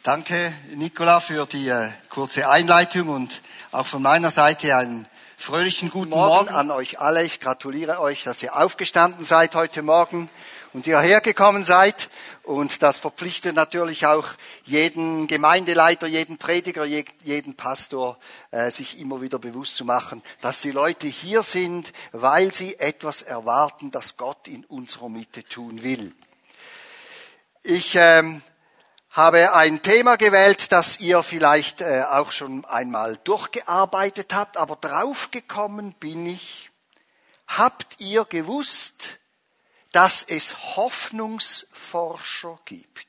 Danke, Nicola, für die kurze Einleitung und auch von meiner Seite einen fröhlichen guten Morgen an euch alle. Ich gratuliere euch, dass ihr aufgestanden seid heute Morgen und hierher gekommen seid. Und das verpflichtet natürlich auch jeden Gemeindeleiter, jeden Prediger, jeden Pastor, sich immer wieder bewusst zu machen, dass die Leute hier sind, weil sie etwas erwarten, das Gott in unserer Mitte tun will. Ich habe ein Thema gewählt, das ihr vielleicht auch schon einmal durchgearbeitet habt, aber draufgekommen bin ich. Habt ihr gewusst, dass es Hoffnungsforscher gibt?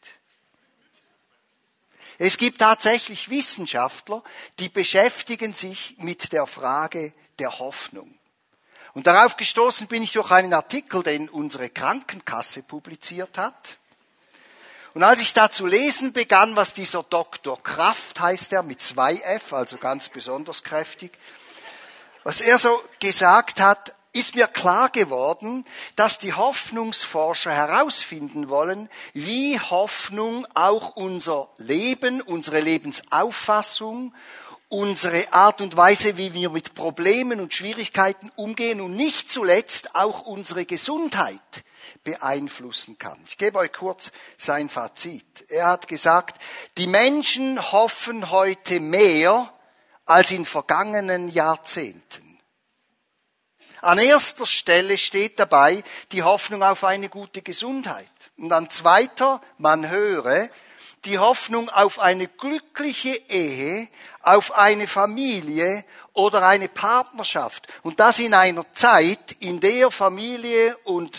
Es gibt tatsächlich Wissenschaftler, die beschäftigen sich mit der Frage der Hoffnung. Und darauf gestoßen bin ich durch einen Artikel, den unsere Krankenkasse publiziert hat. Und als ich da zu lesen begann, was dieser Dr. Kraft, heißt er, mit 2 F, also ganz besonders kräftig, was er so gesagt hat, ist mir klar geworden, dass die Hoffnungsforscher herausfinden wollen, wie Hoffnung auch unser Leben, unsere Lebensauffassung, unsere Art und Weise, wie wir mit Problemen und Schwierigkeiten umgehen und nicht zuletzt auch unsere Gesundheit beeinflussen kann. Ich gebe euch kurz sein Fazit. Er hat gesagt, die Menschen hoffen heute mehr als in vergangenen Jahrzehnten. An erster Stelle steht dabei die Hoffnung auf eine gute Gesundheit. Und an zweiter, man höre, die Hoffnung auf eine glückliche Ehe, auf eine Familie oder eine Partnerschaft. Und das in einer Zeit, in der Familie und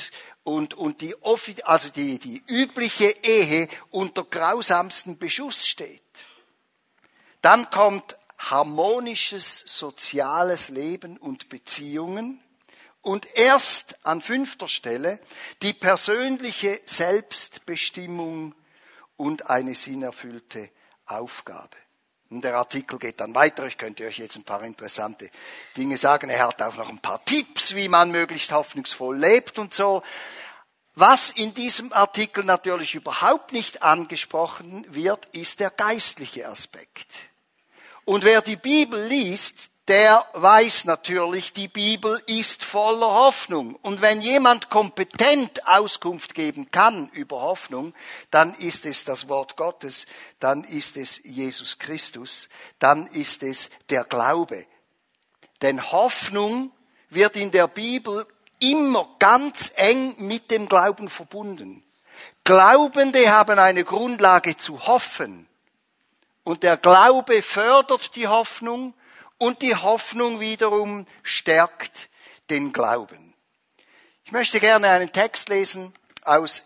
die übliche Ehe unter grausamsten Beschuss steht. Dann kommt harmonisches soziales Leben und Beziehungen. Und erst an 5. Stelle die persönliche Selbstbestimmung und eine sinnerfüllte Aufgabe. Und der Artikel geht dann weiter. Ich könnte euch jetzt ein paar interessante Dinge sagen. Er hat auch noch ein paar Tipps, wie man möglichst hoffnungsvoll lebt und so. Was in diesem Artikel natürlich überhaupt nicht angesprochen wird, ist der geistliche Aspekt. Und wer die Bibel liest, der weiß natürlich, die Bibel ist voller Hoffnung. Und wenn jemand kompetent Auskunft geben kann über Hoffnung, dann ist es das Wort Gottes, dann ist es Jesus Christus, dann ist es der Glaube. Denn Hoffnung wird in der Bibel immer ganz eng mit dem Glauben verbunden. Glaubende haben eine Grundlage zu hoffen. Und der Glaube fördert die Hoffnung. Und die Hoffnung wiederum stärkt den Glauben. Ich möchte gerne einen Text lesen aus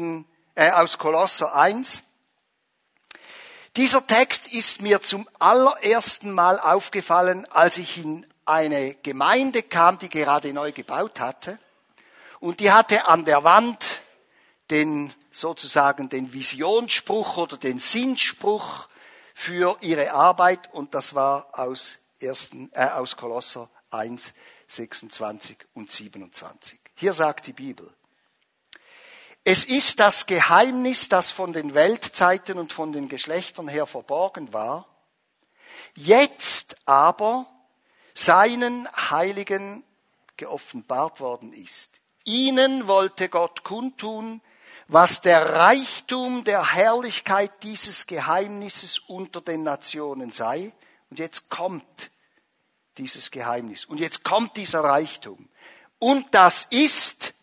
Kolosser 1. Dieser Text ist mir zum allerersten Mal aufgefallen, als ich in eine Gemeinde kam, die gerade neu gebaut hatte. Und die hatte an der Wand den Visionsspruch oder den Sinnspruch für ihre Arbeit. Und das war aus Kolosser 1, 26 und 27. Hier sagt die Bibel: Es ist das Geheimnis, das von den Weltzeiten und von den Geschlechtern her verborgen war, jetzt aber seinen Heiligen geoffenbart worden ist. Ihnen wollte Gott kundtun, was der Reichtum der Herrlichkeit dieses Geheimnisses unter den Nationen sei. Und jetzt kommt dieses Geheimnis. Und jetzt kommt dieser Reichtum. Und das ist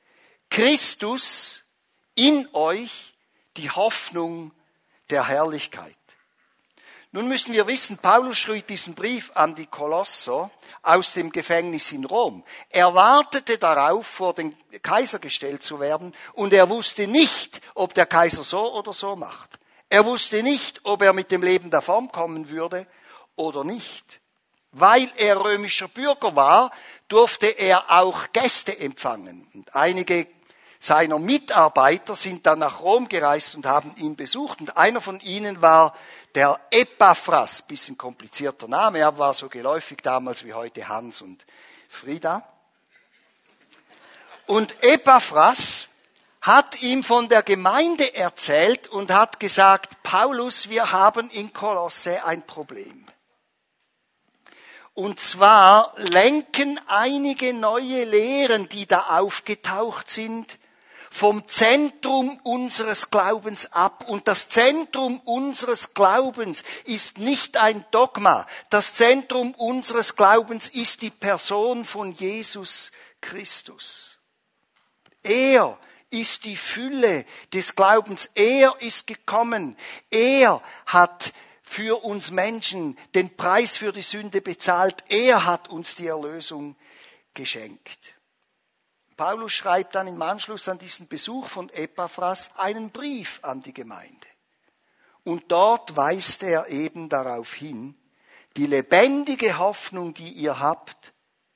Christus in euch, die Hoffnung der Herrlichkeit. Nun müssen wir wissen, Paulus schrieb diesen Brief an die Kolosser aus dem Gefängnis in Rom. Er wartete darauf, vor den Kaiser gestellt zu werden, und er wusste nicht, ob der Kaiser so oder so macht. Er wusste nicht, ob er mit dem Leben davonkommen würde oder nicht. Weil er römischer Bürger war, durfte er auch Gäste empfangen. Und einige seiner Mitarbeiter sind dann nach Rom gereist und haben ihn besucht. Und einer von ihnen war der Epaphras, bisschen komplizierter Name, er war so geläufig damals wie heute Hans und Frieda. Und Epaphras hat ihm von der Gemeinde erzählt und hat gesagt, Paulus, wir haben in Kolosse ein Problem. Und zwar lenken einige neue Lehren, die da aufgetaucht sind, vom Zentrum unseres Glaubens ab. Und das Zentrum unseres Glaubens ist nicht ein Dogma. Das Zentrum unseres Glaubens ist die Person von Jesus Christus. Er ist die Fülle des Glaubens. Er ist gekommen. Er hat für uns Menschen den Preis für die Sünde bezahlt. Er hat uns die Erlösung geschenkt. Paulus schreibt dann im Anschluss an diesen Besuch von Epaphras einen Brief an die Gemeinde. Und dort weist er eben darauf hin, die lebendige Hoffnung, die ihr habt,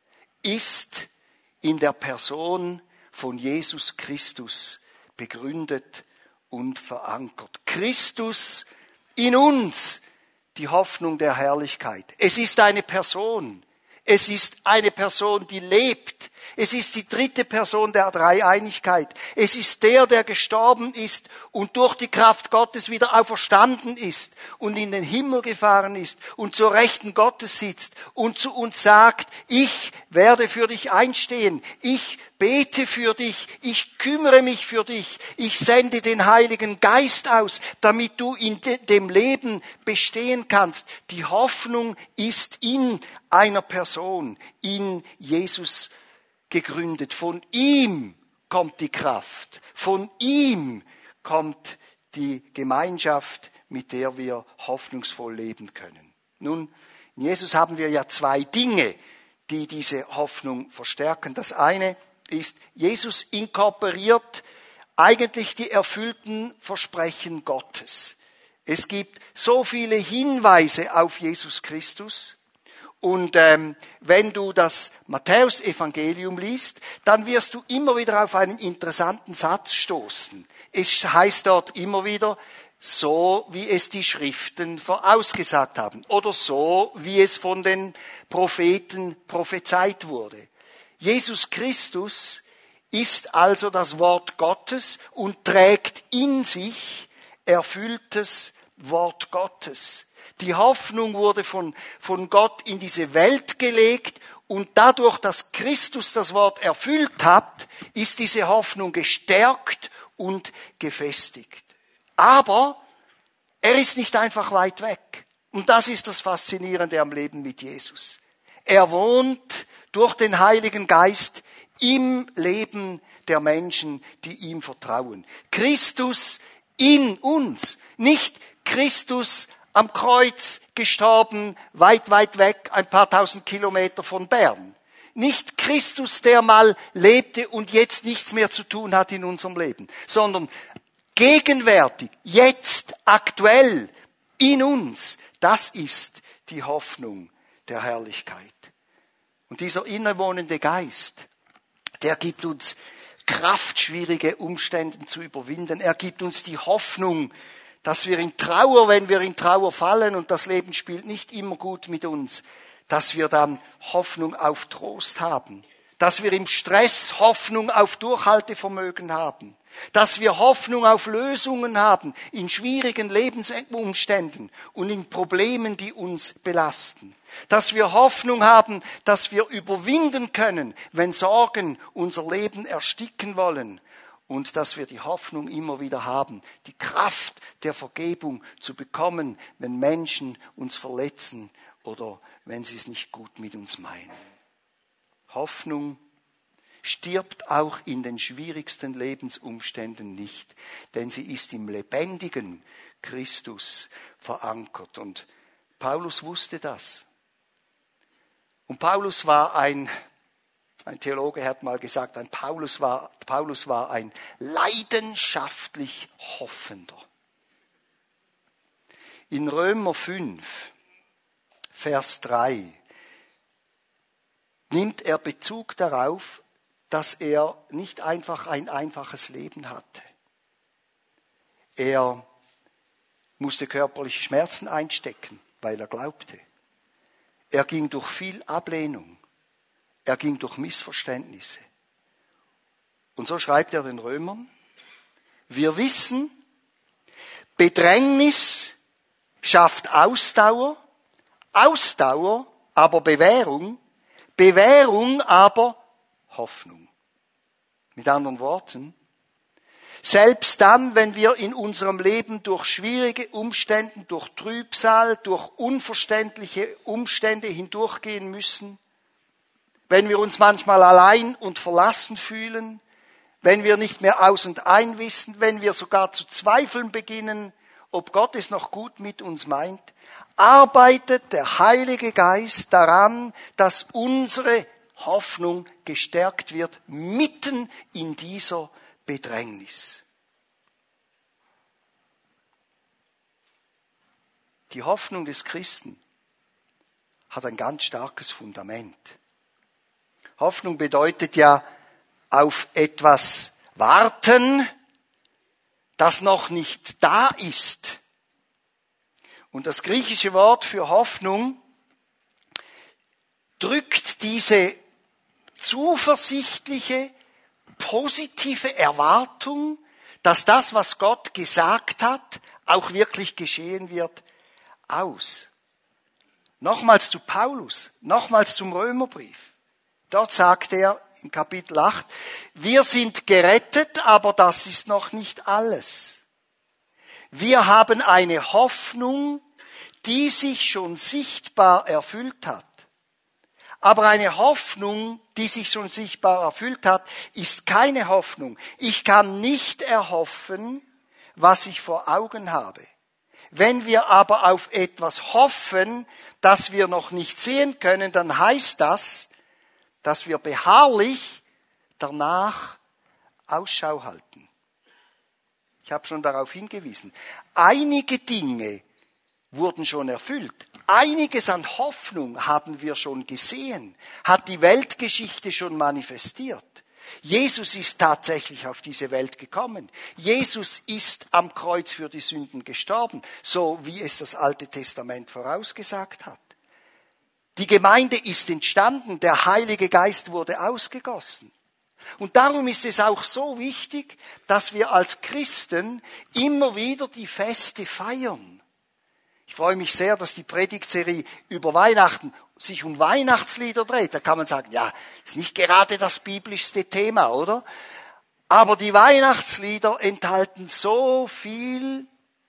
ist in der Person von Jesus Christus begründet und verankert. Christus in uns, die Hoffnung der Herrlichkeit. Es ist eine Person. Es ist eine Person, die lebt. Es ist die dritte Person der Dreieinigkeit. Es ist der gestorben ist und durch die Kraft Gottes wieder auferstanden ist und in den Himmel gefahren ist und zur Rechten Gottes sitzt und zu uns sagt, ich werde für dich einstehen, ich bete für dich, ich kümmere mich für dich, ich sende den Heiligen Geist aus, damit du in dem Leben bestehen kannst. Die Hoffnung ist in einer Person, in Jesus gegründet. Von ihm kommt die Kraft, von ihm kommt die Gemeinschaft, mit der wir hoffnungsvoll leben können. Nun, in Jesus haben wir ja zwei Dinge, die diese Hoffnung verstärken. Das eine ist, Jesus inkorporiert eigentlich die erfüllten Versprechen Gottes. Es gibt so viele Hinweise auf Jesus Christus. Und wenn du das Matthäus-Evangelium liest, dann wirst du immer wieder auf einen interessanten Satz stoßen. Es heißt dort immer wieder, so wie es die Schriften vorausgesagt haben oder so wie es von den Propheten prophezeit wurde. Jesus Christus ist also das Wort Gottes und trägt in sich erfülltes Wort Gottes. Die Hoffnung wurde von Gott in diese Welt gelegt und dadurch, dass Christus das Wort erfüllt hat, ist diese Hoffnung gestärkt und gefestigt. Aber er ist nicht einfach weit weg. Und das ist das Faszinierende am Leben mit Jesus. Er wohnt durch den Heiligen Geist im Leben der Menschen, die ihm vertrauen. Christus in uns, nicht Christus am Kreuz gestorben, weit, weit weg, ein paar tausend Kilometer von Bern. Nicht Christus, der mal lebte und jetzt nichts mehr zu tun hat in unserem Leben, sondern gegenwärtig, jetzt, aktuell, in uns. Das ist die Hoffnung der Herrlichkeit. Und dieser innewohnende Geist, der gibt uns Kraft, schwierige Umstände zu überwinden. Er gibt uns die Hoffnung, dass wir in Trauer, wenn wir in Trauer fallen und das Leben spielt nicht immer gut mit uns, dass wir dann Hoffnung auf Trost haben, dass wir im Stress Hoffnung auf Durchhaltevermögen haben, dass wir Hoffnung auf Lösungen haben in schwierigen Lebensumständen und in Problemen, die uns belasten, dass wir Hoffnung haben, dass wir überwinden können, wenn Sorgen unser Leben ersticken wollen. Und dass wir die Hoffnung immer wieder haben, die Kraft der Vergebung zu bekommen, wenn Menschen uns verletzen oder wenn sie es nicht gut mit uns meinen. Hoffnung stirbt auch in den schwierigsten Lebensumständen nicht, denn sie ist im lebendigen Christus verankert. Und Paulus wusste das. Und Paulus war ein Theologe hat mal gesagt, Paulus war ein leidenschaftlich Hoffender. In Römer 5, Vers 3 nimmt er Bezug darauf, dass er nicht einfach ein einfaches Leben hatte. Er musste körperliche Schmerzen einstecken, weil er glaubte. Er ging durch viel Ablehnung. Er ging durch Missverständnisse. Und so schreibt er den Römern, Wir wissen, Bedrängnis schafft Ausdauer, Ausdauer aber Bewährung, Bewährung aber Hoffnung. Mit anderen Worten, selbst dann, wenn wir in unserem Leben durch schwierige Umstände, durch Trübsal, durch unverständliche Umstände hindurchgehen müssen, wenn wir uns manchmal allein und verlassen fühlen, wenn wir nicht mehr aus und ein wissen, wenn wir sogar zu zweifeln beginnen, ob Gott es noch gut mit uns meint, arbeitet der Heilige Geist daran, dass unsere Hoffnung gestärkt wird, mitten in dieser Bedrängnis. Die Hoffnung des Christen hat ein ganz starkes Fundament. Hoffnung bedeutet ja auf etwas warten, das noch nicht da ist. Und das griechische Wort für Hoffnung drückt diese zuversichtliche, positive Erwartung, dass das, was Gott gesagt hat, auch wirklich geschehen wird, aus. Nochmals zu Paulus, nochmals zum Römerbrief. Dort sagt er in Kapitel 8, wir sind gerettet, aber das ist noch nicht alles. Wir haben eine Hoffnung, die sich schon sichtbar erfüllt hat. Aber eine Hoffnung, die sich schon sichtbar erfüllt hat, ist keine Hoffnung. Ich kann nicht erhoffen, was ich vor Augen habe. Wenn wir aber auf etwas hoffen, das wir noch nicht sehen können, dann heißt das, dass wir beharrlich danach Ausschau halten. Ich habe schon darauf hingewiesen. Einige Dinge wurden schon erfüllt. Einiges an Hoffnung haben wir schon gesehen, hat die Weltgeschichte schon manifestiert. Jesus ist tatsächlich auf diese Welt gekommen. Jesus ist am Kreuz für die Sünden gestorben, so wie es das Alte Testament vorausgesagt hat. Die Gemeinde ist entstanden, der Heilige Geist wurde ausgegossen. Und darum ist es auch so wichtig, dass wir als Christen immer wieder die Feste feiern. Ich freue mich sehr, dass die Predigtserie über Weihnachten sich um Weihnachtslieder dreht. Da kann man sagen, ja, ist nicht gerade das biblischste Thema, oder? Aber die Weihnachtslieder enthalten so viel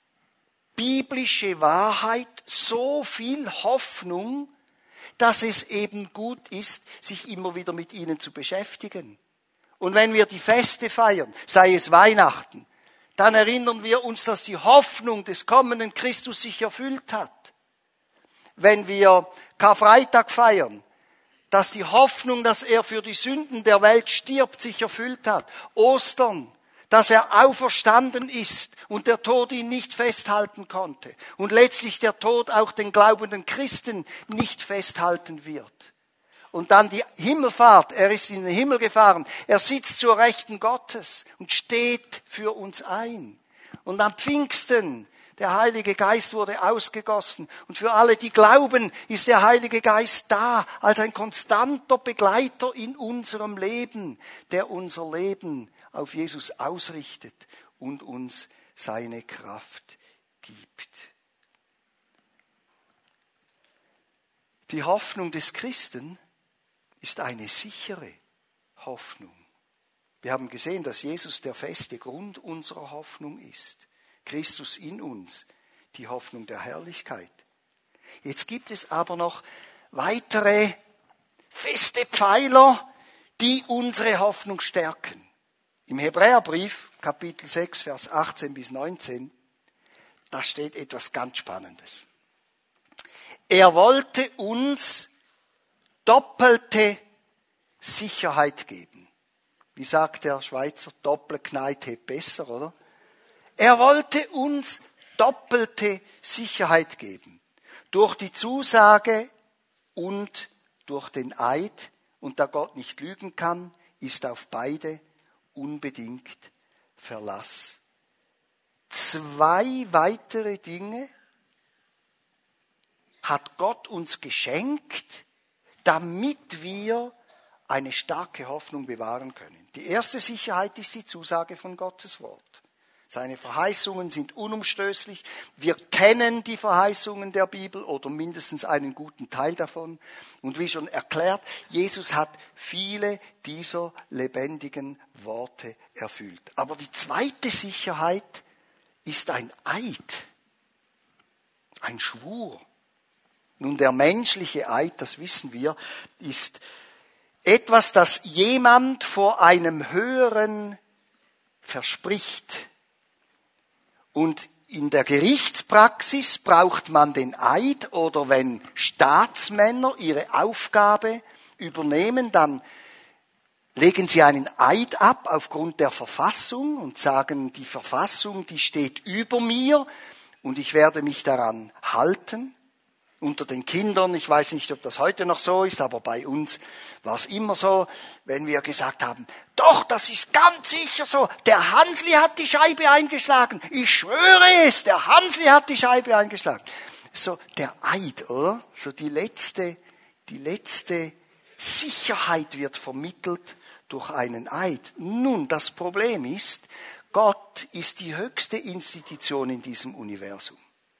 biblische Wahrheit, so viel Hoffnung, dass es eben gut ist, sich immer wieder mit ihnen zu beschäftigen. Und wenn wir die Feste feiern, sei es Weihnachten, dann erinnern wir uns, dass die Hoffnung des kommenden Christus sich erfüllt hat. Wenn wir Karfreitag feiern, dass die Hoffnung, dass er für die Sünden der Welt stirbt, sich erfüllt hat. Ostern, dass er auferstanden ist und der Tod ihn nicht festhalten konnte. Und letztlich der Tod auch den glaubenden Christen nicht festhalten wird. Und dann die Himmelfahrt, er ist in den Himmel gefahren, er sitzt zur Rechten Gottes und steht für uns ein. Und am Pfingsten, der Heilige Geist wurde ausgegossen. Und für alle, die glauben, ist der Heilige Geist da als ein konstanter Begleiter in unserem Leben, der unser Leben auf Jesus ausrichtet und uns seine Kraft gibt. Die Hoffnung des Christen ist eine sichere Hoffnung. Wir haben gesehen, dass Jesus der feste Grund unserer Hoffnung ist. Christus in uns, die Hoffnung der Herrlichkeit. Jetzt gibt es aber noch weitere feste Pfeiler, die unsere Hoffnung stärken. Im Hebräerbrief, Kapitel 6, Vers 18 bis 19, da steht etwas ganz Spannendes. Er wollte uns doppelte Sicherheit geben. Wie sagt der Schweizer, Doppelkneit hebt besser, oder? Er wollte uns doppelte Sicherheit geben. Durch die Zusage und durch den Eid, und da Gott nicht lügen kann, ist auf beide unbedingt Verlass. 2 weitere Dinge hat Gott uns geschenkt, damit wir eine starke Hoffnung bewahren können. Die erste Sicherheit ist die Zusage von Gottes Wort. Seine Verheißungen sind unumstößlich. Wir kennen die Verheißungen der Bibel oder mindestens einen guten Teil davon. Und wie schon erklärt, Jesus hat viele dieser lebendigen Worte erfüllt. Aber die zweite Sicherheit ist ein Eid, ein Schwur. Nun, der menschliche Eid, das wissen wir, ist etwas, das jemand vor einem Höheren verspricht. Und in der Gerichtspraxis braucht man den Eid, oder wenn Staatsmänner ihre Aufgabe übernehmen, dann legen sie einen Eid ab aufgrund der Verfassung und sagen, die Verfassung, die steht über mir und ich werde mich daran halten. Unter den Kindern, ich weiß nicht, ob das heute noch so ist, aber bei uns war es immer so, wenn wir gesagt haben, doch, das ist ganz sicher so, der Hansli hat die Scheibe eingeschlagen, ich schwöre es, der Hansli hat die Scheibe eingeschlagen. So der Eid, oder? So die letzte Sicherheit wird vermittelt durch einen Eid. Nun, das Problem ist, Gott ist die höchste Institution in diesem Universum.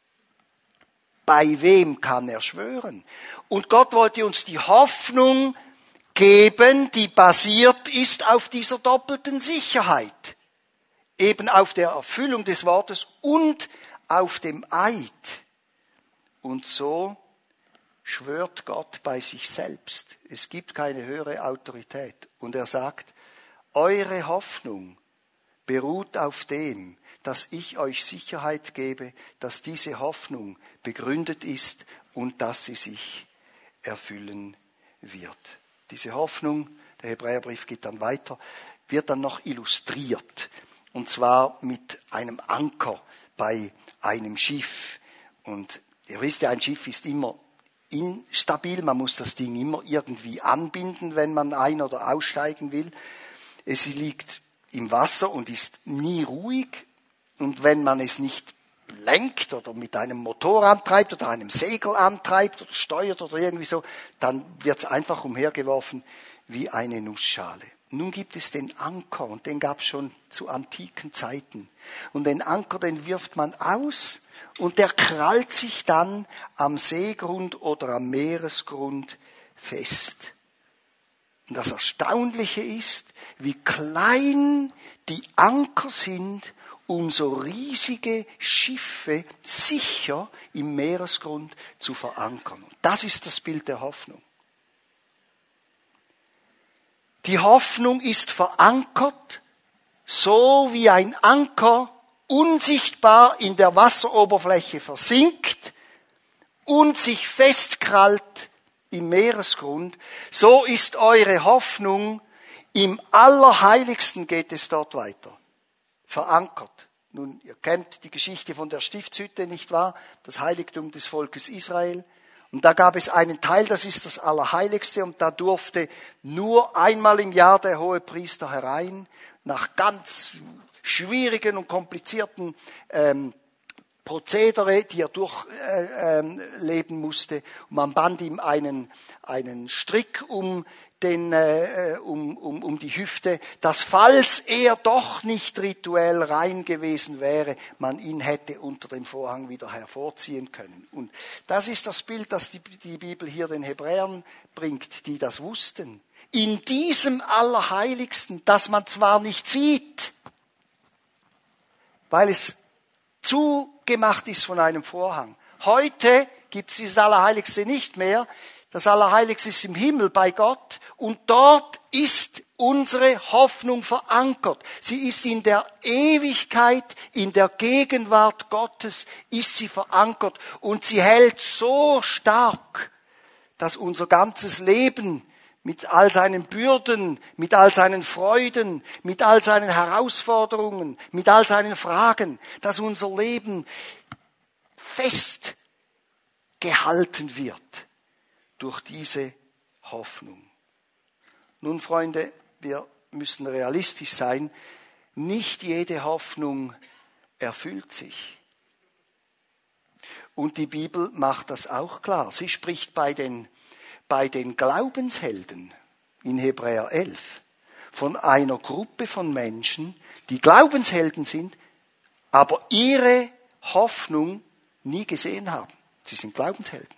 Bei wem kann er schwören? Und Gott wollte uns die Hoffnung geben, die basiert ist auf dieser doppelten Sicherheit. Eben auf der Erfüllung des Wortes und auf dem Eid. Und so schwört Gott bei sich selbst. Es gibt keine höhere Autorität. Und er sagt, eure Hoffnung beruht auf dem, dass ich euch Sicherheit gebe, dass diese Hoffnung begründet ist und dass sie sich erfüllen wird. Diese Hoffnung, der Hebräerbrief geht dann weiter, wird dann noch illustriert. Und zwar mit einem Anker bei einem Schiff. Und ihr wisst ja, ein Schiff ist immer instabil, man muss das Ding immer irgendwie anbinden, wenn man ein- oder aussteigen will. Es liegt im Wasser und ist nie ruhig. Und wenn man es nicht lenkt oder mit einem Motor antreibt oder einem Segel antreibt oder steuert oder irgendwie so, dann wird es einfach umhergeworfen wie eine Nussschale. Nun gibt es den Anker und den gab es schon zu antiken Zeiten. Und den Anker, den wirft man aus und der krallt sich dann am Seegrund oder am Meeresgrund fest. Und das Erstaunliche ist, wie klein die Anker sind, um so riesige Schiffe sicher im Meeresgrund zu verankern. Und das ist das Bild der Hoffnung. Die Hoffnung ist verankert, so wie ein Anker unsichtbar in der Wasseroberfläche versinkt und sich festkrallt im Meeresgrund. So ist eure Hoffnung, im Allerheiligsten geht es dort weiter. Verankert. Nun, ihr kennt die Geschichte von der Stiftshütte, nicht wahr? Das Heiligtum des Volkes Israel. Und da gab es einen Teil, das ist das Allerheiligste, und da durfte nur einmal im Jahr der Hohepriester herein, nach ganz schwierigen und komplizierten Prozedere, die er durchleben musste. Und man band ihm einen Strick um die Hüfte, dass falls er doch nicht rituell rein gewesen wäre, man ihn hätte unter dem Vorhang wieder hervorziehen können. Und das ist das Bild, das die Bibel hier den Hebräern bringt, die das wussten. In diesem Allerheiligsten, das man zwar nicht sieht, weil es zugemacht ist von einem Vorhang. Heute gibt es dieses Allerheiligste nicht mehr. Das Allerheiligste ist im Himmel bei Gott und dort ist unsere Hoffnung verankert. Sie ist in der Ewigkeit, in der Gegenwart Gottes ist sie verankert und sie hält so stark, dass unser ganzes Leben mit all seinen Bürden, mit all seinen Freuden, mit all seinen Herausforderungen, mit all seinen Fragen, dass unser Leben fest gehalten wird durch diese Hoffnung. Nun, Freunde, wir müssen realistisch sein. Nicht jede Hoffnung erfüllt sich. Und die Bibel macht das auch klar. Sie spricht bei den Glaubenshelden in Hebräer 11 von einer Gruppe von Menschen, die Glaubenshelden sind, aber ihre Hoffnung nie gesehen haben. Sie sind Glaubenshelden.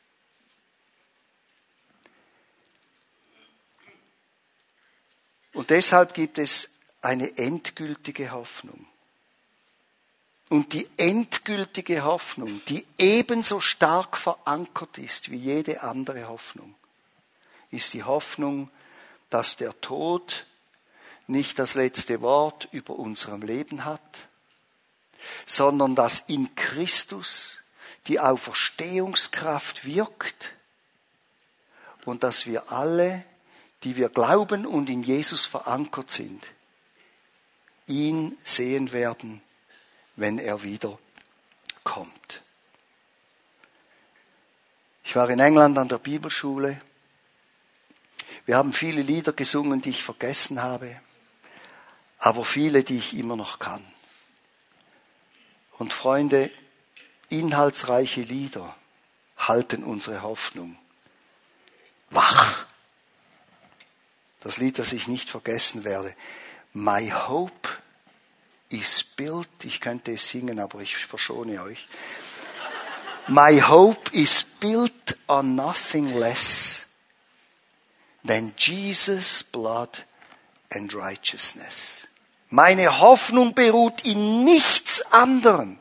Und deshalb gibt es eine endgültige Hoffnung. Und die endgültige Hoffnung, die ebenso stark verankert ist wie jede andere Hoffnung, ist die Hoffnung, dass der Tod nicht das letzte Wort über unserem Leben hat, sondern dass in Christus die Auferstehungskraft wirkt und dass wir alle, die wir glauben und in Jesus verankert sind, ihn sehen werden, wenn er wieder kommt. Ich war in England an der Bibelschule. Wir haben viele Lieder gesungen, die ich vergessen habe, aber viele, die ich immer noch kann. Und Freunde, inhaltsreiche Lieder halten unsere Hoffnung wach. Das Lied, das ich nicht vergessen werde. My hope is built. Ich könnte es singen, aber ich verschone euch. My hope is built on nothing less than Jesus' blood and righteousness. Meine Hoffnung beruht in nichts anderem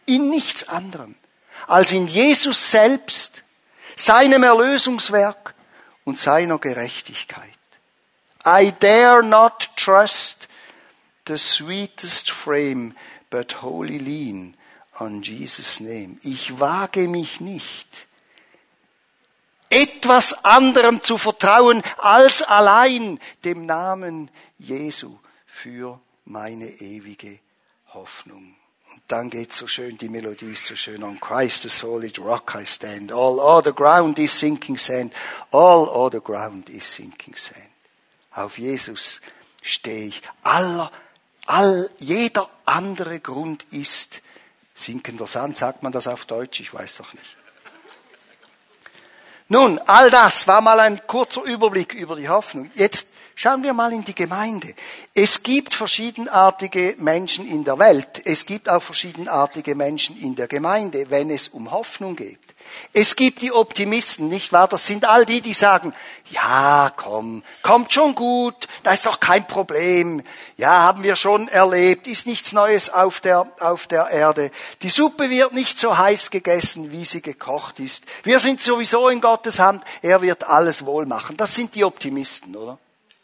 als in Jesus selbst, seinem Erlösungswerk und seiner Gerechtigkeit. I dare not trust the sweetest frame, but wholly lean on Jesus' name. Ich wage mich nicht, etwas anderem zu vertrauen als allein dem Namen Jesu für meine ewige Hoffnung. Und dann geht's so schön, die Melodie ist so schön. On Christ the solid rock I stand. All other ground is sinking sand. All other ground is sinking sand. Auf Jesus stehe ich. Jeder andere Grund ist sinkender Sand. Sagt man das auf Deutsch? Ich weiß doch nicht. Nun, all das war mal ein kurzer Überblick über die Hoffnung. Jetzt schauen wir mal in die Gemeinde. Es gibt verschiedenartige Menschen in der Welt. Es gibt auch verschiedenartige Menschen in der Gemeinde, wenn es um Hoffnung geht. Es gibt die Optimisten, nicht wahr? Das sind all die, die sagen, ja, kommt schon gut, da ist doch kein Problem. Ja, haben wir schon erlebt, ist nichts Neues auf der Erde. Die Suppe wird nicht so heiß gegessen, wie sie gekocht ist. Wir sind sowieso in Gottes Hand, er wird alles wohl machen. Das sind die Optimisten, oder?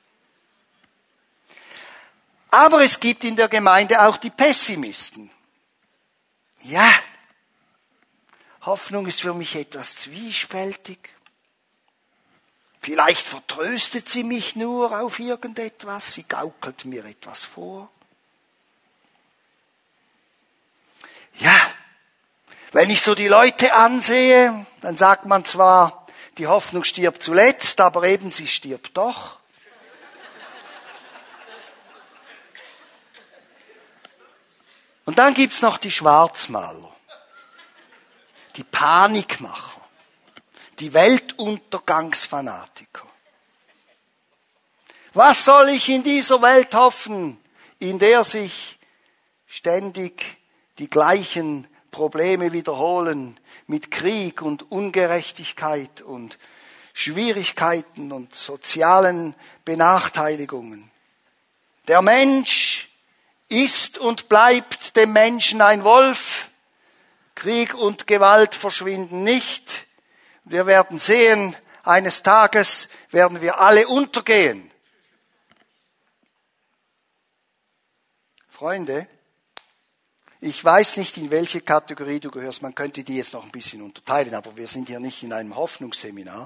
Aber es gibt in der Gemeinde auch die Pessimisten. Ja, Hoffnung ist für mich etwas zwiespältig. Vielleicht vertröstet sie mich nur auf irgendetwas, sie gaukelt mir etwas vor. Ja, wenn ich so die Leute ansehe, dann sagt man zwar, die Hoffnung stirbt zuletzt, aber eben sie stirbt doch. Und dann gibt's noch die Schwarzmaler. Die Panikmacher, die Weltuntergangsfanatiker. Was soll ich in dieser Welt hoffen, in der sich ständig die gleichen Probleme wiederholen, mit Krieg und Ungerechtigkeit und Schwierigkeiten und sozialen Benachteiligungen? Der Mensch ist und bleibt dem Menschen ein Wolf. Krieg und Gewalt verschwinden nicht. Wir werden sehen, eines Tages werden wir alle untergehen. Freunde, ich weiß nicht, in welche Kategorie du gehörst. Man könnte die jetzt noch ein bisschen unterteilen, aber wir sind hier nicht in einem Hoffnungsseminar.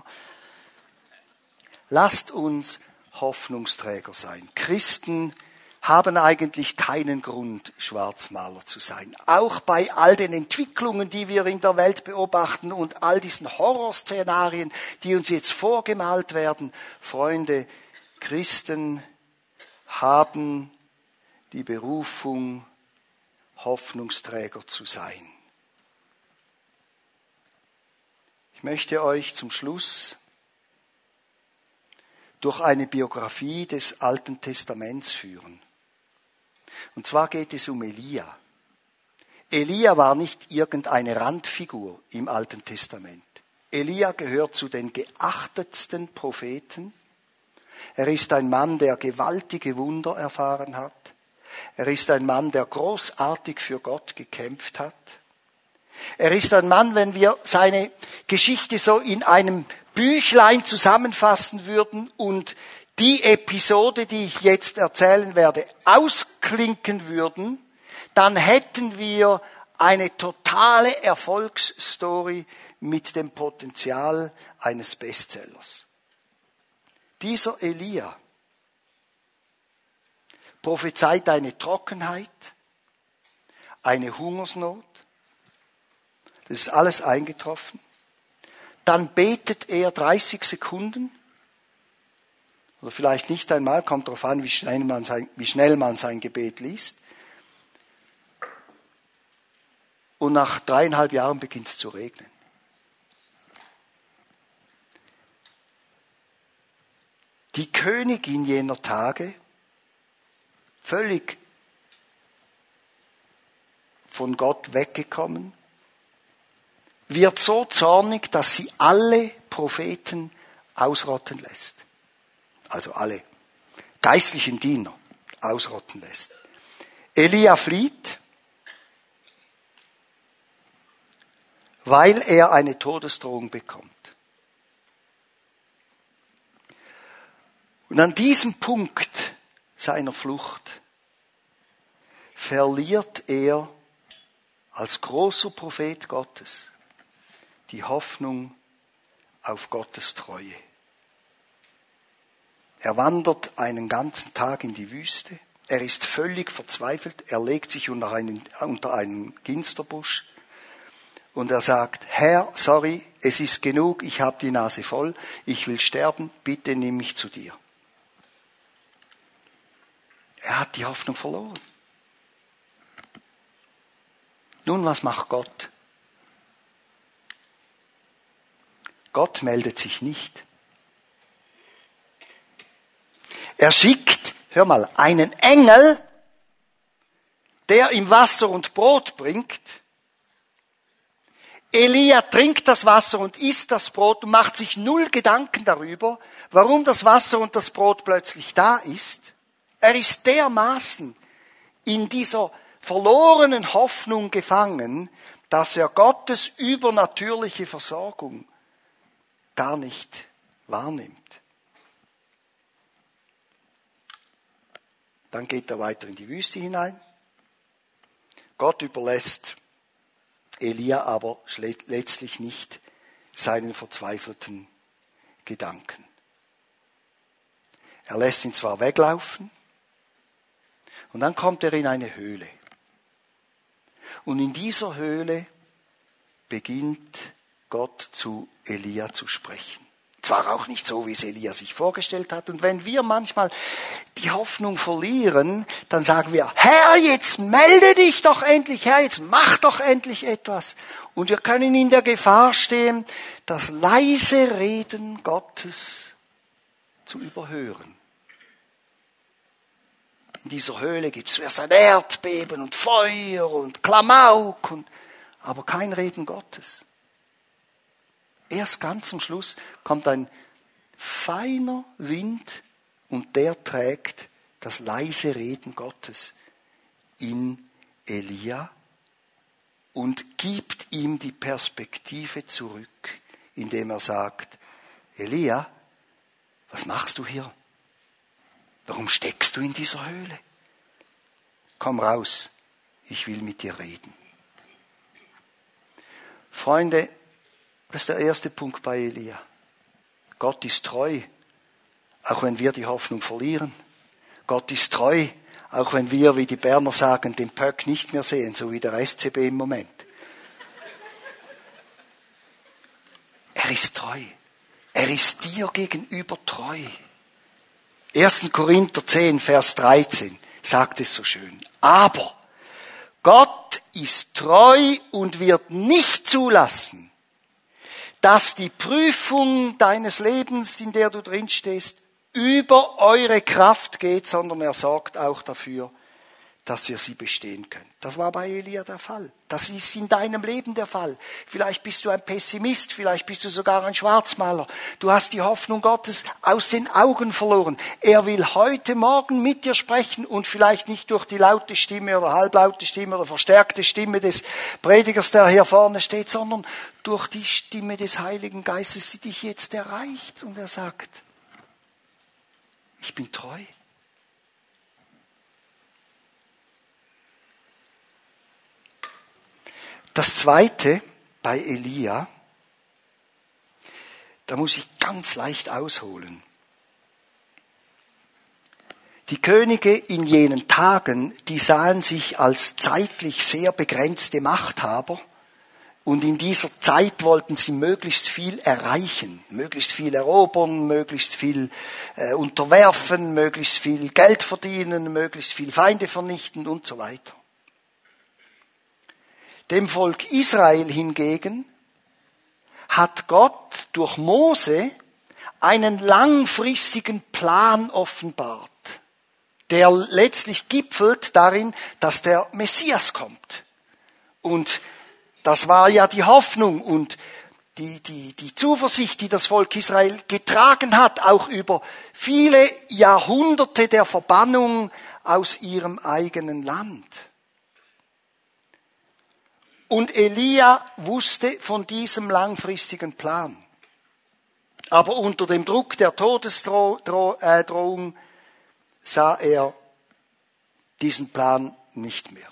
Lasst uns Hoffnungsträger sein. Christen haben eigentlich keinen Grund, Schwarzmaler zu sein. Auch bei all den Entwicklungen, die wir in der Welt beobachten und all diesen Horrorszenarien, die uns jetzt vorgemalt werden. Freunde, Christen haben die Berufung, Hoffnungsträger zu sein. Ich möchte euch zum Schluss durch eine Biografie des Alten Testaments führen. Und zwar geht es um Elia. Elia war nicht irgendeine Randfigur im Alten Testament. Elia gehört zu den geachtetsten Propheten. Er ist ein Mann, der gewaltige Wunder erfahren hat. Er ist ein Mann, der großartig für Gott gekämpft hat. Er ist ein Mann, wenn wir seine Geschichte so in einem Büchlein zusammenfassen würden und die Episode, die ich jetzt erzählen werde, ausklinken würden, dann hätten wir eine totale Erfolgsstory mit dem Potenzial eines Bestsellers. Dieser Elia prophezeit eine Trockenheit, eine Hungersnot. Das ist alles eingetroffen. Dann betet er 30 Sekunden. Oder vielleicht nicht einmal, kommt darauf an, wie schnell man sein Gebet liest. Und nach 3,5 Jahren beginnt es zu regnen. Die Königin jener Tage, völlig von Gott weggekommen, wird so zornig, dass sie alle Propheten ausrotten lässt. Also alle geistlichen Diener ausrotten lässt. Elia flieht, weil er eine Todesdrohung bekommt. Und an diesem Punkt seiner Flucht verliert er als großer Prophet Gottes die Hoffnung auf Gottes Treue. Er wandert einen ganzen Tag in die Wüste. Er ist völlig verzweifelt. Er legt sich unter einen Ginsterbusch und er sagt, Herr, sorry, es ist genug, ich habe die Nase voll, ich will sterben, bitte nimm mich zu dir. Er hat die Hoffnung verloren. Nun, was macht Gott? Gott meldet sich nicht. Er schickt, hör mal, einen Engel, der ihm Wasser und Brot bringt. Elia trinkt das Wasser und isst das Brot und macht sich null Gedanken darüber, warum das Wasser und das Brot plötzlich da ist. Er ist dermaßen in dieser verlorenen Hoffnung gefangen, dass er Gottes übernatürliche Versorgung gar nicht wahrnimmt. Dann geht er weiter in die Wüste hinein. Gott überlässt Elia aber letztlich nicht seinen verzweifelten Gedanken. Er lässt ihn zwar weglaufen, und dann kommt er in eine Höhle. Und in dieser Höhle beginnt Gott zu Elia zu sprechen. Zwar auch nicht so, wie es Elia sich vorgestellt hat. Und wenn wir manchmal die Hoffnung verlieren, dann sagen wir, Herr, jetzt melde dich doch endlich, Herr, jetzt mach doch endlich etwas. Und wir können in der Gefahr stehen, das leise Reden Gottes zu überhören. In dieser Höhle gibt es zuerst ein Erdbeben und Feuer und Klamauk, aber kein Reden Gottes. Erst ganz zum Schluss kommt ein feiner Wind und der trägt das leise Reden Gottes in Elia und gibt ihm die Perspektive zurück, indem er sagt, Elia, was machst du hier? Warum steckst du in dieser Höhle? Komm raus, ich will mit dir reden. Freunde, das ist der erste Punkt bei Elia. Gott ist treu, auch wenn wir die Hoffnung verlieren. Gott ist treu, auch wenn wir, wie die Berner sagen, den Pöck nicht mehr sehen, so wie der SCB im Moment. Er ist treu. Er ist dir gegenüber treu. 1. Korinther 10, Vers 13 sagt es so schön. Aber Gott ist treu und wird nicht zulassen, dass die Prüfung deines Lebens, in der du drin stehst, über eure Kraft geht, sondern er sorgt auch dafür, dass ihr sie bestehen könnt. Das war bei Elia der Fall. Das ist in deinem Leben der Fall. Vielleicht bist du ein Pessimist, vielleicht bist du sogar ein Schwarzmaler. Du hast die Hoffnung Gottes aus den Augen verloren. Er will heute Morgen mit dir sprechen und vielleicht nicht durch die laute Stimme oder halblaute Stimme oder verstärkte Stimme des Predigers, der hier vorne steht, sondern durch die Stimme des Heiligen Geistes, die dich jetzt erreicht. Und er sagt, ich bin treu. Das Zweite bei Elia, da muss ich ganz leicht ausholen. Die Könige in jenen Tagen, die sahen sich als zeitlich sehr begrenzte Machthaber und in dieser Zeit wollten sie möglichst viel erreichen, möglichst viel erobern, möglichst viel unterwerfen, möglichst viel Geld verdienen, möglichst viel Feinde vernichten und so weiter. Dem Volk Israel hingegen hat Gott durch Mose einen langfristigen Plan offenbart, der letztlich gipfelt darin, dass der Messias kommt. Und das war ja die Hoffnung und die Zuversicht, die das Volk Israel getragen hat, auch über viele Jahrhunderte der Verbannung aus ihrem eigenen Land. Und Elia wusste von diesem langfristigen Plan. Aber unter dem Druck der Todesdrohung sah er diesen Plan nicht mehr.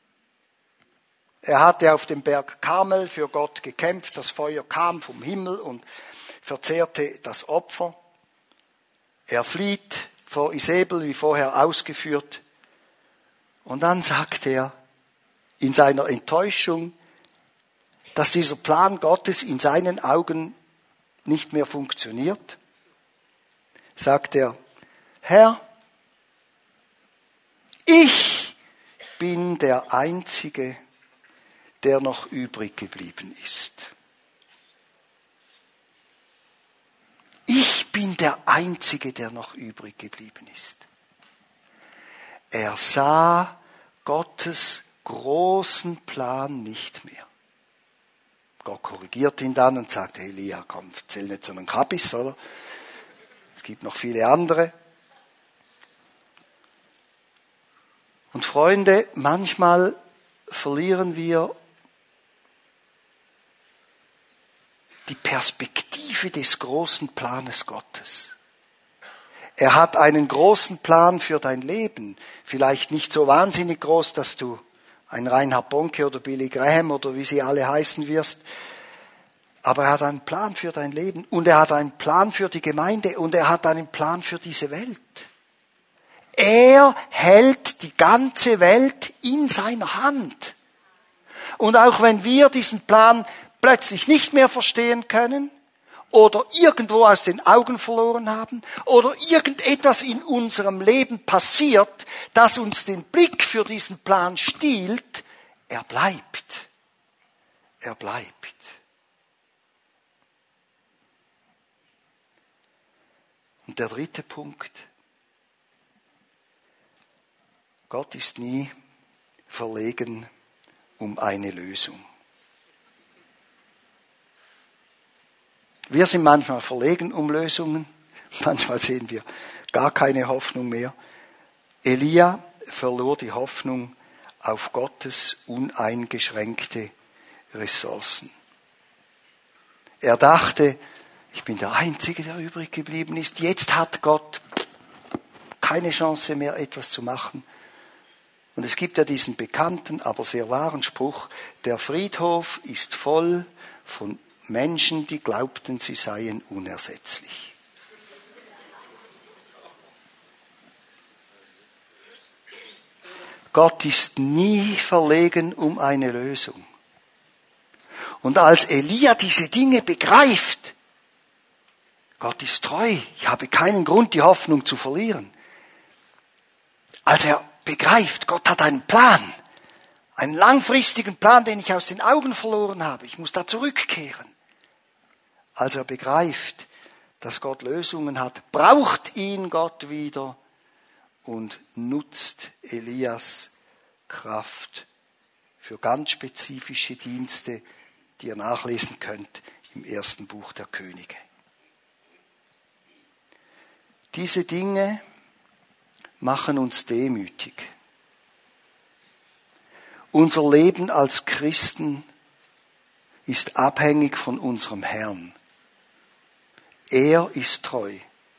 Er hatte auf dem Berg Karmel für Gott gekämpft. Das Feuer kam vom Himmel und verzehrte das Opfer. Er flieht vor Isabel, wie vorher ausgeführt. Und dann sagt er, in seiner Enttäuschung, dass dieser Plan Gottes in seinen Augen nicht mehr funktioniert, sagt er, Herr, ich bin der Einzige, der noch übrig geblieben ist. Ich bin der Einzige, der noch übrig geblieben ist. Er sah Gottes großen Plan nicht mehr. Gott korrigiert ihn dann und sagt, hey Elia, komm, erzähl nicht so einen Kabis, oder? Es gibt noch viele andere. Und Freunde, manchmal verlieren wir die Perspektive des großen Planes Gottes. Er hat einen großen Plan für dein Leben. Vielleicht nicht so wahnsinnig groß, dass du ein Reinhard Bonke oder Billy Graham oder wie sie alle heißen wirst. Aber er hat einen Plan für dein Leben und er hat einen Plan für die Gemeinde und er hat einen Plan für diese Welt. Er hält die ganze Welt in seiner Hand. Und auch wenn wir diesen Plan plötzlich nicht mehr verstehen können oder irgendwo aus den Augen verloren haben oder irgendetwas in unserem Leben passiert, das uns den Blick für diesen Plan stiehlt, er bleibt. Er bleibt. Und der dritte Punkt. Gott ist nie verlegen um eine Lösung. Wir sind manchmal verlegen um Lösungen, manchmal sehen wir gar keine Hoffnung mehr. Elia verlor die Hoffnung auf Gottes uneingeschränkte Ressourcen. Er dachte, ich bin der Einzige, der übrig geblieben ist. Jetzt hat Gott keine Chance mehr, etwas zu machen. Und es gibt ja diesen bekannten, aber sehr wahren Spruch, der Friedhof ist voll von Menschen, die glaubten, sie seien unersetzlich. Gott ist nie verlegen um eine Lösung. Und als Elia diese Dinge begreift, Gott ist treu, ich habe keinen Grund, die Hoffnung zu verlieren. Als er begreift, Gott hat einen Plan, einen langfristigen Plan, den ich aus den Augen verloren habe, ich muss da zurückkehren. Als er begreift, dass Gott Lösungen hat, braucht ihn Gott wieder und nutzt Elias Kraft für ganz spezifische Dienste, die ihr nachlesen könnt im 1. Buch der Könige. Diese Dinge machen uns demütig. Unser Leben als Christen ist abhängig von unserem Herrn. Er ist treu.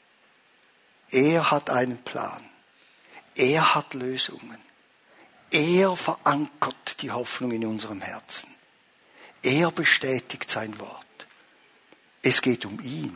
Er hat einen Plan. Er hat Lösungen. Er verankert die Hoffnung in unserem Herzen. Er bestätigt sein Wort. Es geht um ihn.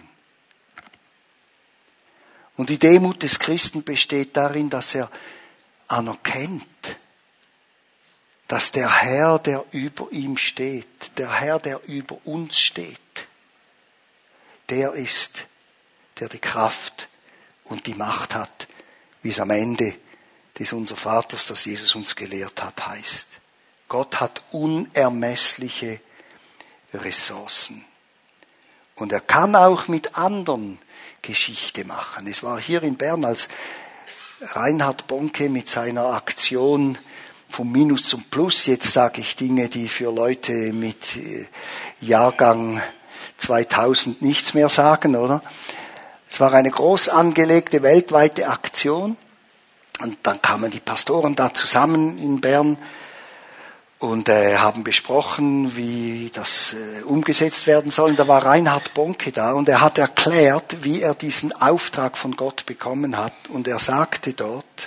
Und die Demut des Christen besteht darin, dass er anerkennt, dass der Herr, der über ihm steht, der Herr, der über uns steht, der ist, der die Kraft und die Macht hat, wie es am Ende des Unser Vaters, das Jesus uns gelehrt hat, heißt. Gott hat unermessliche Ressourcen. Und er kann auch mit anderen Geschichte machen. Es war hier in Bern, als Reinhard Bonke mit seiner Aktion vom Minus zum Plus, jetzt sage ich Dinge, die für Leute mit Jahrgang 2000 nichts mehr sagen, oder? Es war eine groß angelegte weltweite Aktion und dann kamen die Pastoren da zusammen in Bern und haben besprochen, wie das umgesetzt werden soll. Und da war Reinhard Bonke da und er hat erklärt, wie er diesen Auftrag von Gott bekommen hat. Und er sagte dort,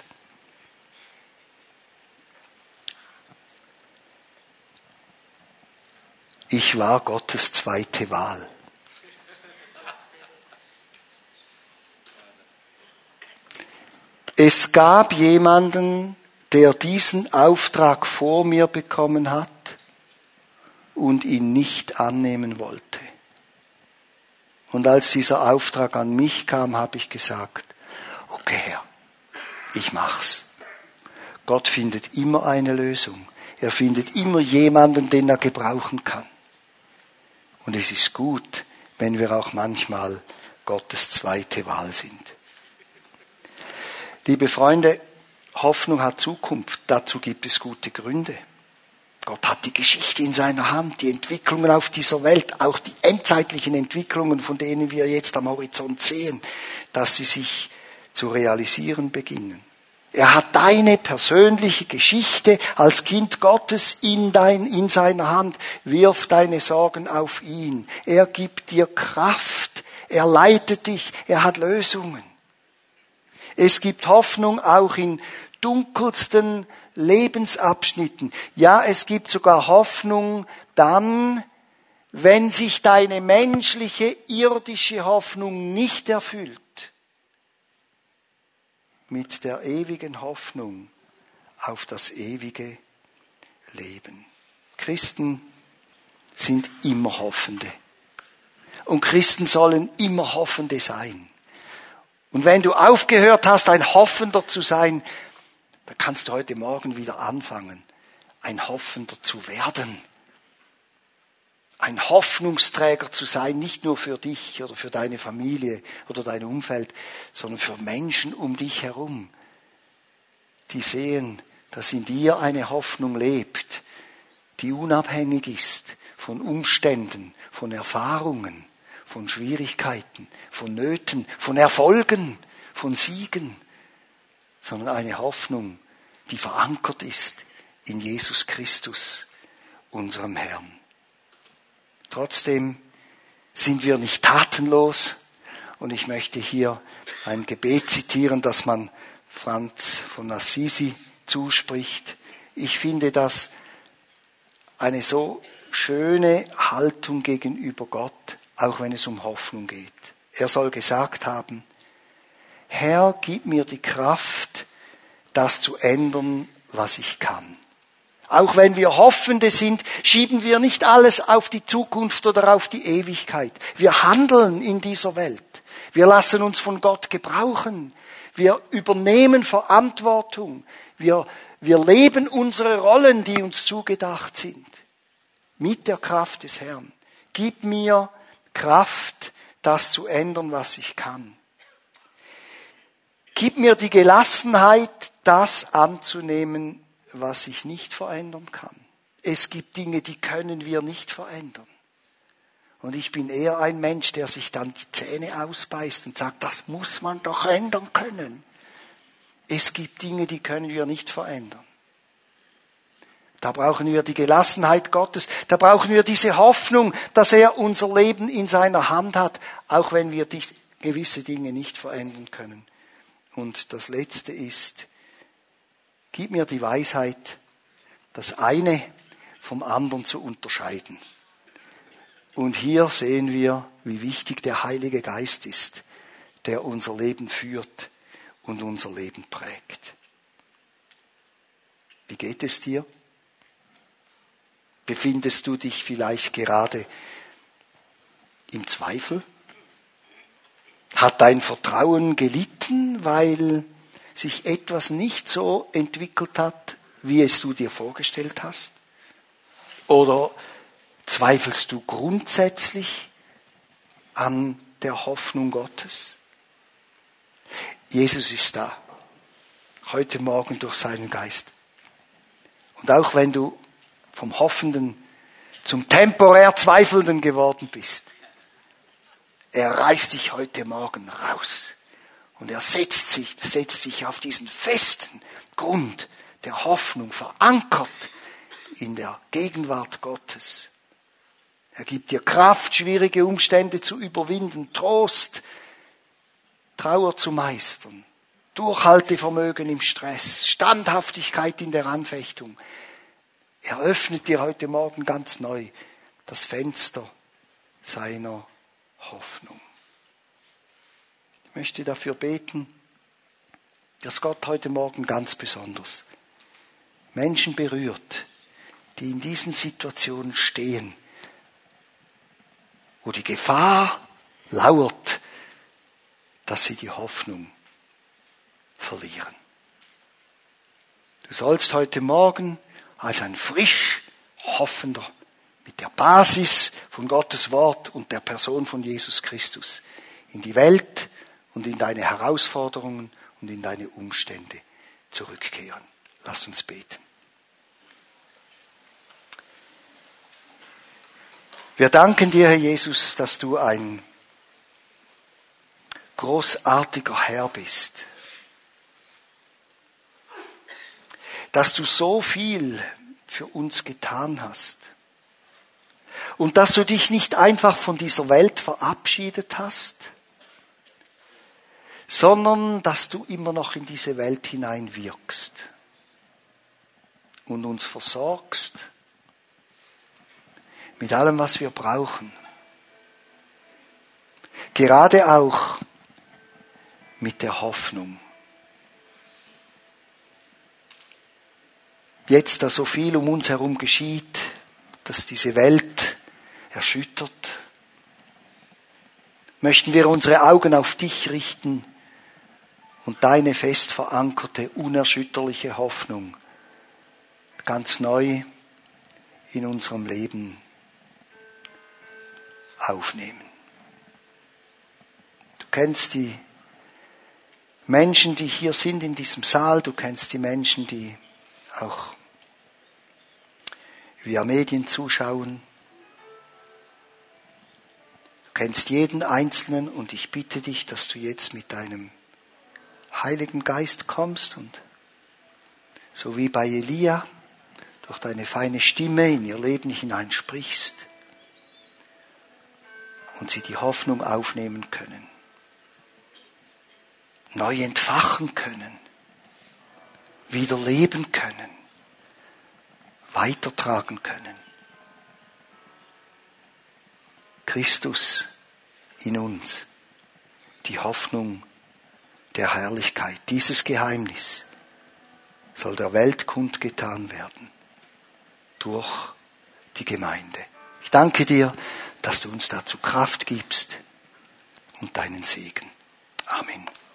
ich war Gottes zweite Wahl. Es gab jemanden, der diesen Auftrag vor mir bekommen hat und ihn nicht annehmen wollte. Und als dieser Auftrag an mich kam, habe ich gesagt, okay Herr, ich mach's. Gott findet immer eine Lösung. Er findet immer jemanden, den er gebrauchen kann. Und es ist gut, wenn wir auch manchmal Gottes zweite Wahl sind. Liebe Freunde, Hoffnung hat Zukunft. Dazu gibt es gute Gründe. Gott hat die Geschichte in seiner Hand, die Entwicklungen auf dieser Welt, auch die endzeitlichen Entwicklungen, von denen wir jetzt am Horizont sehen, dass sie sich zu realisieren beginnen. Er hat deine persönliche Geschichte als Kind Gottes in seiner Hand. Wirf deine Sorgen auf ihn. Er gibt dir Kraft. Er leitet dich. Er hat Lösungen. Es gibt Hoffnung auch in dunkelsten Lebensabschnitten. Ja, es gibt sogar Hoffnung dann, wenn sich deine menschliche, irdische Hoffnung nicht erfüllt. Mit der ewigen Hoffnung auf das ewige Leben. Christen sind immer Hoffende. Und Christen sollen immer Hoffende sein. Und wenn du aufgehört hast, ein Hoffender zu sein, dann kannst du heute Morgen wieder anfangen, ein Hoffender zu werden. Ein Hoffnungsträger zu sein, nicht nur für dich oder für deine Familie oder dein Umfeld, sondern für Menschen um dich herum, die sehen, dass in dir eine Hoffnung lebt, die unabhängig ist von Umständen, von Erfahrungen, von Schwierigkeiten, von Nöten, von Erfolgen, von Siegen, sondern eine Hoffnung, die verankert ist in Jesus Christus, unserem Herrn. Trotzdem sind wir nicht tatenlos und ich möchte hier ein Gebet zitieren, das man Franz von Assisi zuspricht. Ich finde das eine so schöne Haltung gegenüber Gott, auch wenn es um Hoffnung geht. Er soll gesagt haben, Herr, gib mir die Kraft, das zu ändern, was ich kann. Auch wenn wir Hoffende sind, schieben wir nicht alles auf die Zukunft oder auf die Ewigkeit. Wir handeln in dieser Welt. Wir lassen uns von Gott gebrauchen. Wir übernehmen Verantwortung. Wir leben unsere Rollen, die uns zugedacht sind. Mit der Kraft des Herrn. Gib mir Kraft, das zu ändern, was ich kann. Gib mir die Gelassenheit, das anzunehmen, was ich nicht verändern kann. Es gibt Dinge, die können wir nicht verändern. Und ich bin eher ein Mensch, der sich dann die Zähne ausbeißt und sagt, das muss man doch ändern können. Es gibt Dinge, die können wir nicht verändern. Da brauchen wir die Gelassenheit Gottes. Da brauchen wir diese Hoffnung, dass er unser Leben in seiner Hand hat, auch wenn wir gewisse Dinge nicht verändern können. Und das Letzte ist, gib mir die Weisheit, das eine vom anderen zu unterscheiden. Und hier sehen wir, wie wichtig der Heilige Geist ist, der unser Leben führt und unser Leben prägt. Wie geht es dir? Befindest du dich vielleicht gerade im Zweifel? Hat dein Vertrauen gelitten, weil sich etwas nicht so entwickelt hat, wie es du dir vorgestellt hast? Oder zweifelst du grundsätzlich an der Hoffnung Gottes? Jesus ist da, heute Morgen durch seinen Geist. Und auch wenn du vom Hoffenden zum temporär Zweifelnden geworden bist, er reißt dich heute Morgen raus und er setzt sich auf diesen festen Grund der Hoffnung, verankert in der Gegenwart Gottes. Er gibt dir Kraft, schwierige Umstände zu überwinden, Trost, Trauer zu meistern, Durchhaltevermögen im Stress, Standhaftigkeit in der Anfechtung. Er öffnet dir heute Morgen ganz neu das Fenster seiner Hoffnung. Ich möchte dafür beten, dass Gott heute Morgen ganz besonders Menschen berührt, die in diesen Situationen stehen, wo die Gefahr lauert, dass sie die Hoffnung verlieren. Du sollst heute Morgen als ein frisch Hoffender mit der Basis von Gottes Wort und der Person von Jesus Christus in die Welt und in deine Herausforderungen und in deine Umstände zurückkehren. Lass uns beten. Wir danken dir, Herr Jesus, dass du ein großartiger Herr bist. Dass du so viel für uns getan hast. Und dass du dich nicht einfach von dieser Welt verabschiedet hast, sondern dass du immer noch in diese Welt hinein wirkst und uns versorgst mit allem, was wir brauchen. Gerade auch mit der Hoffnung. Jetzt, da so viel um uns herum geschieht, dass diese Welt erschüttert, möchten wir unsere Augen auf dich richten und deine fest verankerte, unerschütterliche Hoffnung ganz neu in unserem Leben aufnehmen. Du kennst die Menschen, die hier sind in diesem Saal, du kennst die Menschen, die auch via Medien zuschauen. Du kennst jeden Einzelnen und ich bitte dich, dass du jetzt mit deinem Heiligen Geist kommst und so wie bei Elia durch deine feine Stimme in ihr Leben hinein sprichst und sie die Hoffnung aufnehmen können, neu entfachen können, wieder leben können, weitertragen können. Christus in uns, die Hoffnung der Herrlichkeit. Dieses Geheimnis soll der Welt kundgetan werden durch die Gemeinde. Ich danke dir, dass du uns dazu Kraft gibst und deinen Segen. Amen.